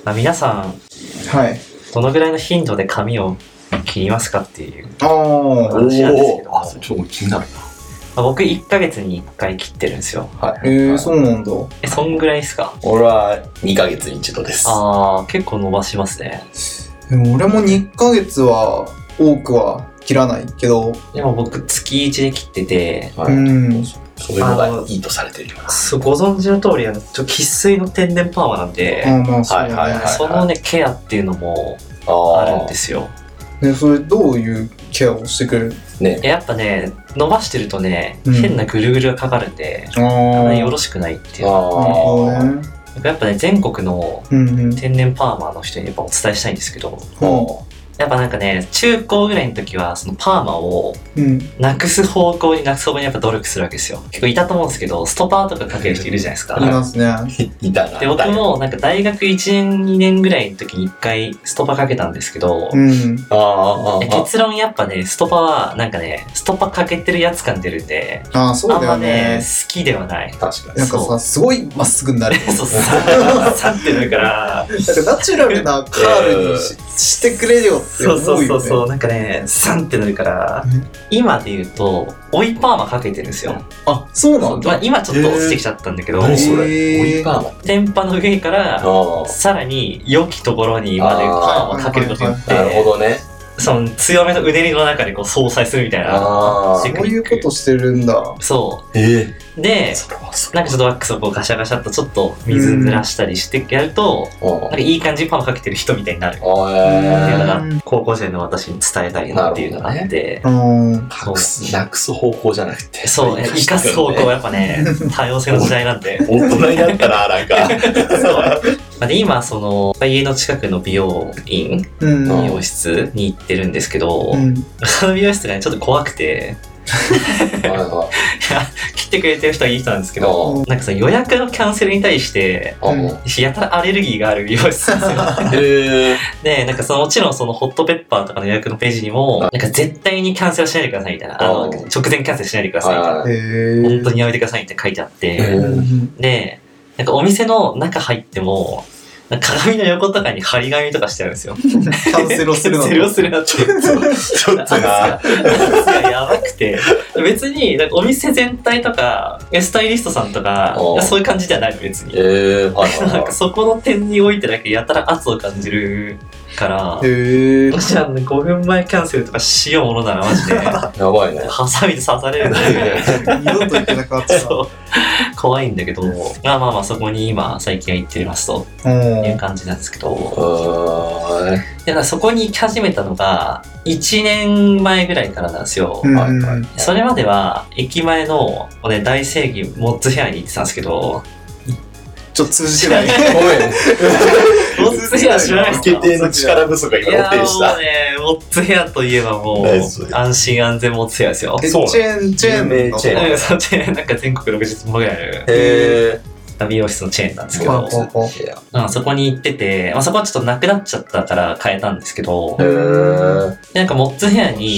皆さん、 はい。 どのぐらいの頻度で髪を切りますかっていうああ。 話なんですけど、 あ、それちょっと気になる僕1ヶ月に1回切ってるんですよ。 な。はい。 そうなんだ。 そんぐらいですか？ 俺は2ヶ月に一度です。 結構伸ばしますね。 でも俺も2ヶ月は多くは切らないけど。 でも僕月1で切ってて、 はい。そういうのがいいとされてるような。 ご存知の通り、生粋の天然パーマなんで、 まあそうだね。 はいはいはいそのね、ケアっていうのもあるんですよ。 それどういうケアをしてくれる？ ね。 やっぱね、伸ばしてるとね、変なぐるぐるがかかるんで、よろしくないっていうのがあって、やっぱね、全国の天然パーマの人にやっぱお伝えしたいんですけど、やっぱなんかね、中高ぐらいの時はそのパーマをなくす方向にやっぱ努力するわけですよ。結構いたと思うんですけど、ストパーとかかける人いるじゃないですか。 いますね。 いたな。 で、僕もなんか大学1年2年ぐらいの時に1回ストパかけたんですけど、結論やっぱね、ストパはなんかね、ストパかけてるやつ感出るんで、 そうだよね。 あんまね、好きではない。 確かに。 なんかさ、すごいまっすぐになる。 そう、さってなるから。 なんかナチュラルなカールにしてくれよって思うよね。 そう、なんかね、サンってなるから、今で言うと、追いパーマかけてるんですよ。 そうなんだ。 今ちょっと落ちてきちゃったんだけど、 何それ？追いパーマ？ 天パの上から、さらに良きところにまでパーマかけることによって、 なるほどね。 その強めのうねりの中でこう相殺するみたいなテクニック。 そういうことしてるんだ。 そう。で、なんかちょっとワックスをこうガシャガシャっとちょっと水濡らしたりしてやると、なんかいい感じにパーマかけてる人みたいになるっていうのが高校生の私に伝えたいなっていうのがあって、 なくす方向じゃなくて、 そう、生かす方向はやっぱね、多様性の時代なんで。 大人になったな、なんか。 そう。で、今、その、家の近くの美容院、美容室に行ってるんですけど、その美容室がね、ちょっと怖くて、いや、切ってくれてる人はいい人なんですけど、なんかさ、予約のキャンセルに対して、やたらアレルギーがある美容室なんですよ。で、なんかもちろんそのホットペッパーとかの予約のページにも、なんか絶対にキャンセルしないでくださいみたいな、直前キャンセルしないでくださいみたいな、本当にやめてくださいって書いてあって、で、なんかお店の中入っても、鏡の横とかに張り紙とかしてあるんですよ。 キャンセルをするの。 キャンセルをするなって。ちょっとな。やばくて。別に、なんかお店全体とか、スタイリストさんとか、そういう感じではないの、別に。なんかそこの点においてだけやたら圧を感じるから、もし5分前キャンセルとかしようものならマジで、 やばいね。 ハサミで刺されるんで、 二度といけなかった。 怖いんだけど、まあそこに今最近は行ってますという感じなんですけど、そこに行き始めたのが1年前ぐらいからなんですよ。それまでは駅前の大正義モッツヘアに行ってたんですけど、 ちょっと通じてない。 ごめん。モッツヘア知らないですか？ 決定の力不足が今露呈した。 もうね、モッツヘアといえばもう安心安全モッツヘアですよ。 チェーンの。 そう、チェーンなんか全国60本ぐらいある美容室のチェーンなんですけど、そこに行ってて、そこはちょっとなくなっちゃったから変えたんですけど、なんかモッツヘアに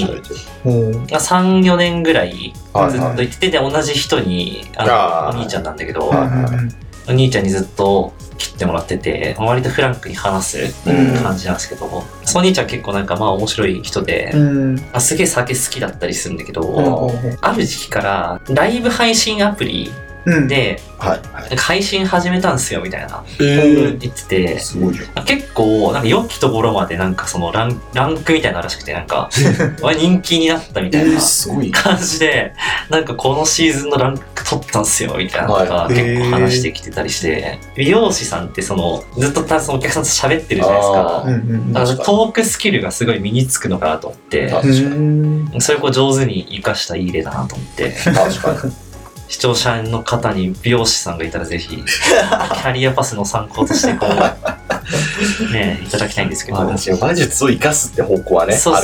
3、4年ぐらいずっと行ってて、で同じ人にお兄ちゃんなんだけど、お兄ちゃんにずっと切ってもらってて、割とフランクに話す感じなんですけど、そのお兄ちゃん結構なんか面白い人で、すげえ酒好きだったりするんだけど、ある時期からライブ配信アプリで、配信始めたんですよみたいな言ってて、結構なんか良きところまでなんかそのランクみたいなのらしくて、なんか人気になったみたいな感じで、なんかこのシーズンのランク取ったんすよみたいなのが結構話してきてたりして、美容師さんってそのずっとそのお客さんと喋ってるじゃないですか。だからトークスキルがすごい身につくのかなと思って、それをこう上手に活かしたいい例だなと思って。視聴者の方に美容師さんがいたらぜひキャリアパスの参考としてこうねいただきたいんですけど、 馬術を生かすって方向はね、 そう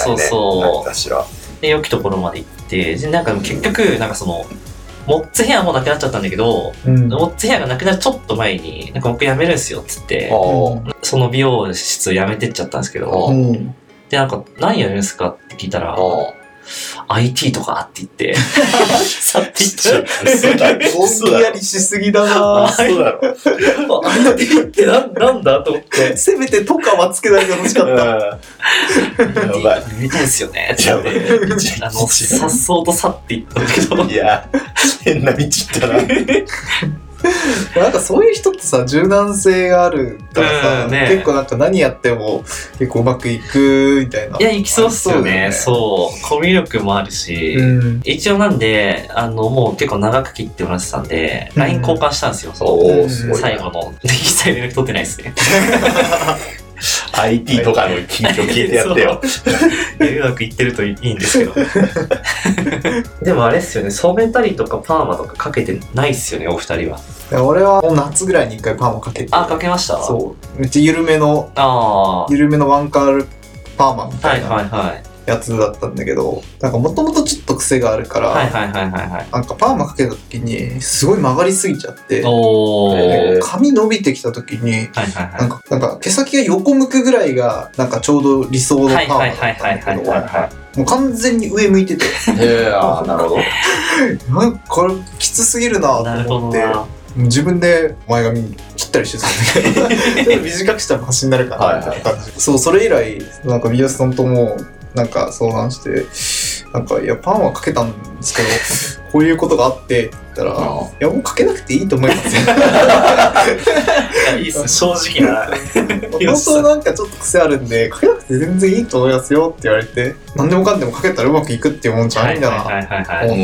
で良きところまで行って、でなんか結局なんかそのモッツヘアもなくなっちゃったんだけど、モッツヘアがなくなるちょっと前になんか僕辞めるんですよっつって、その美容室辞めてっちゃったんですけど、でなんか何やるんですかって聞いたら、 IT とかって言って、去っていった。 ぼんやりしすぎだなそうだろ。 IT ってなんだと思って。 せめてとかはつけないでほしかった。 やばい。 見たいですよね。ってやばい。 さっそうと去っていったんだけど。 いや、変な道行ったな。 なんかそういう人ってさ、柔軟性があるからさ、結構なんか何やっても結構うまくいくみたいな。 いや、いきそうっすよね。そう。コミュ力もあるし、一応なんで、もう結構長く切ってもらってたんで、LINE 交換したんですよ。最後の。一切連絡取ってないですね。 IT とかの近況聞いてやってよ。 うまくいってるといいんですけど。でもあれっすよね、染めたりとかパーマとかかけてないっすよね、お二人は。 俺はもう夏ぐらいに一回パーマかけて。 あ、かけました？ そう。めっちゃ緩めのワンカールパーマみたいなやつだったんだけど、なんかもともとちょっと癖があるから、なんかパーマかけた時にすごい曲がりすぎちゃって、髪伸びてきた時に、なんか毛先が横向くぐらいがなんかちょうど理想のパーマだったんだけど、もう完全に上向いてて。 なるほど。 なんかこれきつすぎるなと思って。自分で前髪切ったりしてたんだけど短くしたらマシになるかなみたいな感じ。そう、それ以来なんか美容師さんともなんか相談して、なんかいやパンはかけたんですけどこういうことがあってって言ったら、いやもうかけなくていいと思いますよ。 いいっす、正直な。 本当なんかちょっと癖あるんでかけなくて全然いいと思いますよって言われて、何でもかんでもかけたらうまくいくっていうもんじゃないんだなと思って。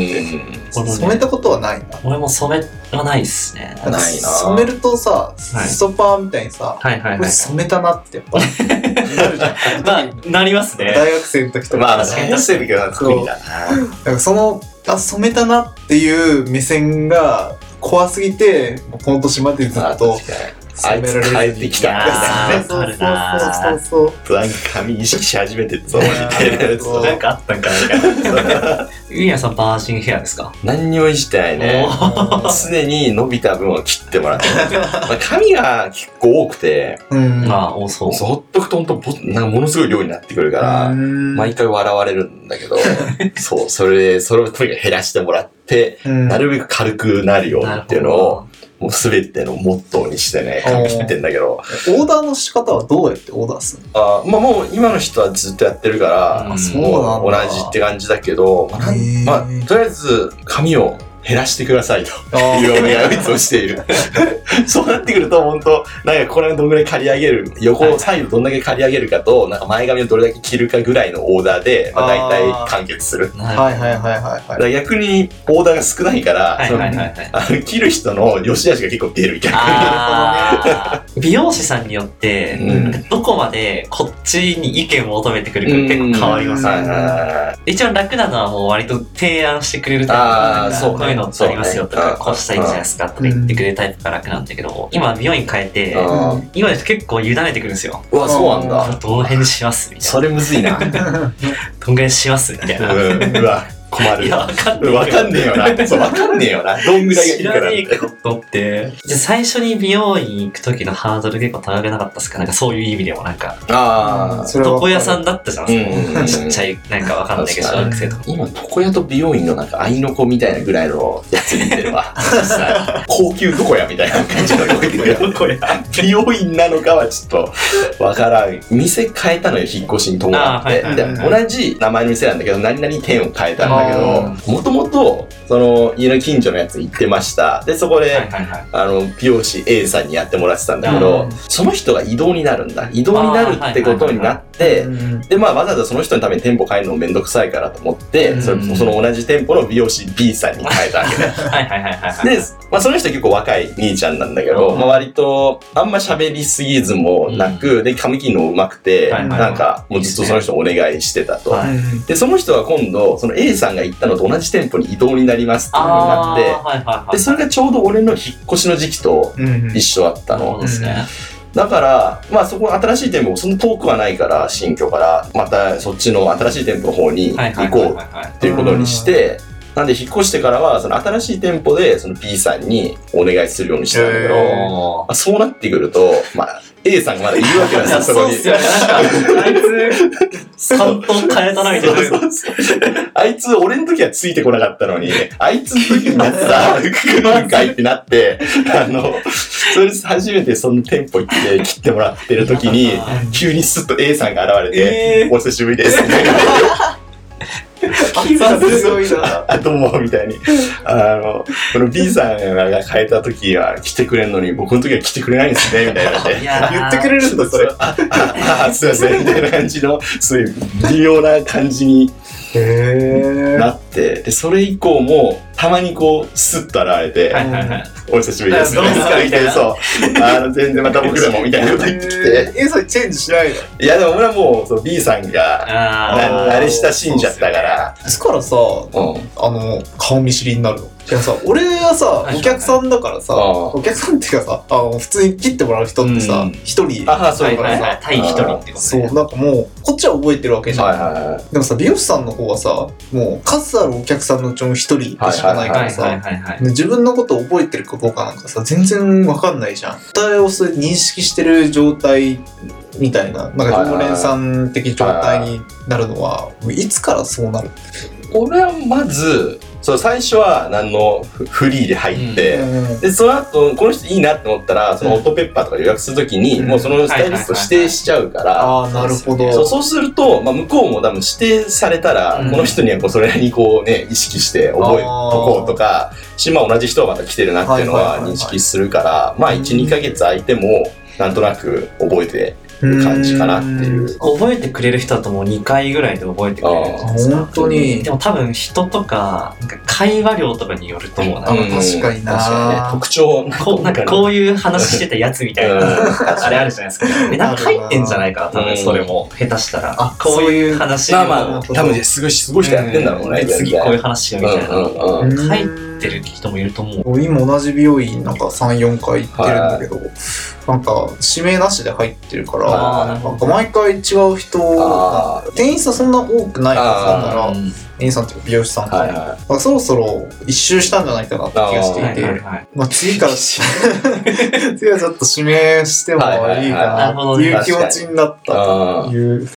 染めたことはないな。 俺も染めはないっすね。 ないな。 染めるとさ、ストッパーみたいにさ、これ染めたなってやっぱなるじゃん。 まあなりますね。 大学生の時とか。 まあ大学生の時は得意だな。 なんかその染めたなっていう目線が怖すぎて、この年までずっとあいつ帰ってきたんですよね。そう。 なんか髪意識し始めてそうなんかあったんかな。ゆうやさんバージンヘアですか？ 何にもいじってないね。常に伸びた分を切ってもらって。髪が結構多くて、 多そう。 ほっとくとなんかものすごい量になってくるから、毎回笑われるんだけど、そう、それをとにかく減らしてもらって、なるべく軽くなるようにっていうのを、もう全てのモットーにしてね、髪切ってんだけど。 オーダーの仕方はどうやってオーダーするの？まあもう今の人はずっとやってるから、もう同じって感じだけど、まあとりあえず髪を減らしてくださいというお願いをいつもしている。そうなってくると本当なんかこれをどんぐらい刈り上げる、横サイドどんだけ刈り上げるかと、なんか前髪をどれだけ切るかぐらいのオーダーで、まあ大体完結する。だから逆にオーダーが少ないから、切る人の良し悪しが結構出る逆に。美容師さんによって、どこまでこっちに意見を求めてくるか結構変わりますね。一番楽なのはもう割と提案してくれるタイプ。こういうのありますよとか、こうしたらいいんじゃないですかとか言ってくれるタイプが楽なんだけど、今美容院変えて、今ですと結構委ねてくるんですよ。 うわ、そうなんだ。 どの辺にしますみたいな。 それむずいな。 どんぐらいにしますみたいな。 うわ。困る。いや、わかんねえよな。そう、わかんねえよな。どんぐらいがいいからって。 知らねえかと思って。じゃあ最初に美容院行く時のハードル結構高くなかったっすか？なんかそういう意味でもなんか。床屋さんだったじゃん、ちっちゃい、なんかわかんないけど、小学生とか。 今、床屋と美容院のなんか合いの子みたいなぐらいのやつに似てるわ。高級床屋みたいな感じの床屋。美容院なのかはちょっとわからん。店変えたのよ、引っ越しに伴って。同じ名前の店なんだけど、何々店を変えたんだけど、もともとその家の近所のやつ行ってました。でそこで美容師 A さんにやってもらってたんだけど、その人が異動になるんだ。異動になるってことになって、でまあわざわざその人のために店舗変えるのもめんどくさいからと思って、その同じ店舗の美容師 B さんに変えたわけね。で、まあその人結構若い兄ちゃんなんだけど、まあ割とあんま喋りすぎずもなく、で髪切るの上手くて、なんかもうずっとその人お願いしてたと。でその人は今度その A さんが行ったのと同じ店舗に移動になりますっていうのになって、でそれがちょうど俺の引っ越しの時期と一緒だったの。だからまあそこ新しい店舗もそんな遠くはないから、新居からまたそっちの新しい店舗の方に行こうっていうことにして、 なんで引っ越してからは、その新しい店舗で、その B さんにお願いするようにしたんだけど、そうなってくると、まあ、A さんがまだいるわけなんですよ、そこに。 そうっすよね。なんか、あいつ、3と変えたな、みたいな。 あいつ、俺の時はついてこなかったのに、あいつの時になってさ、来るんかいってなって、それで初めてその店舗行って切ってもらってる時に、急にスッと A さんが現れて、お久しぶりです、みたいな。 すごいな。 どうも、みたいに。この B さんが変えた時は来てくれんのに、僕の時は来てくれないんですね、みたいな。 言ってくれるんだ、それ。 すいません、みたいな感じの、そういう微妙な感じになって、で、それ以降も、たまにこう、スッと現れて、お久しぶりです。 どうですかみたいな。 そう。全然また僕でも、みたいなこと言ってきて。 A さんチェンジしないの？ いや、でも俺はもう、B さんが、慣れ親しんじゃったから。 いつからさ、顔見知りになるの？いやさ、俺はさ、お客さんだからさ、お客さんっていうかさ、普通に切ってもらう人ってさ、一人だからさ、 対一人ってことね。 そう、なんかもう、こっちは覚えてるわけじゃん。でもさ、美容師さんの方はさ、もう、数あるお客さんのうちの一人でしかないからさ、自分のことを覚えてるかどうかなんかさ、全然わかんないじゃん。答えをそれ認識してる状態みたいな、なんか常連さん的状態になるのは、いつからそうなる？ 俺はまず、最初はフリーで入って、で、その後、この人いいなって思ったら、そのオートペッパーとか予約するときに、もうそのスタイリスト指定しちゃうから、 ああ、なるほど。 そうすると、まあ、向こうも多分指定されたら、この人にはこうそれなりにこうね、意識して覚えとこうとか、まあ同じ人がまた来てるなっていうのは認識するから、まあ1、2ヶ月空いても、なんとなく覚えて、感じかなっていう。 覚えてくれる人だともう2回ぐらいで覚えてくれるんです本当に。 でも多分人とか、なんか会話量とかによると思うな。 確かにな。 特徴なんかこういう話してたやつみたいな、あれあるじゃないですか。なんか入ってんじゃないかな、多分それも。下手したら。こういう話を。 まあ、多分すごい人やってんだろうね。 次こういう話しようみたいな。入ってる人もいると思う。 今同じ美容院なんか3、4回行ってるんだけど、なんか指名なしで入ってるから、なんか毎回違う人、店員さんそんな多くないはずだから、店員さんっていうか美容師さんとか、そろそろ一周したんじゃないかなって気がしていて、まあ次から次はちょっと指名してもいいかなっていう気持ちになったという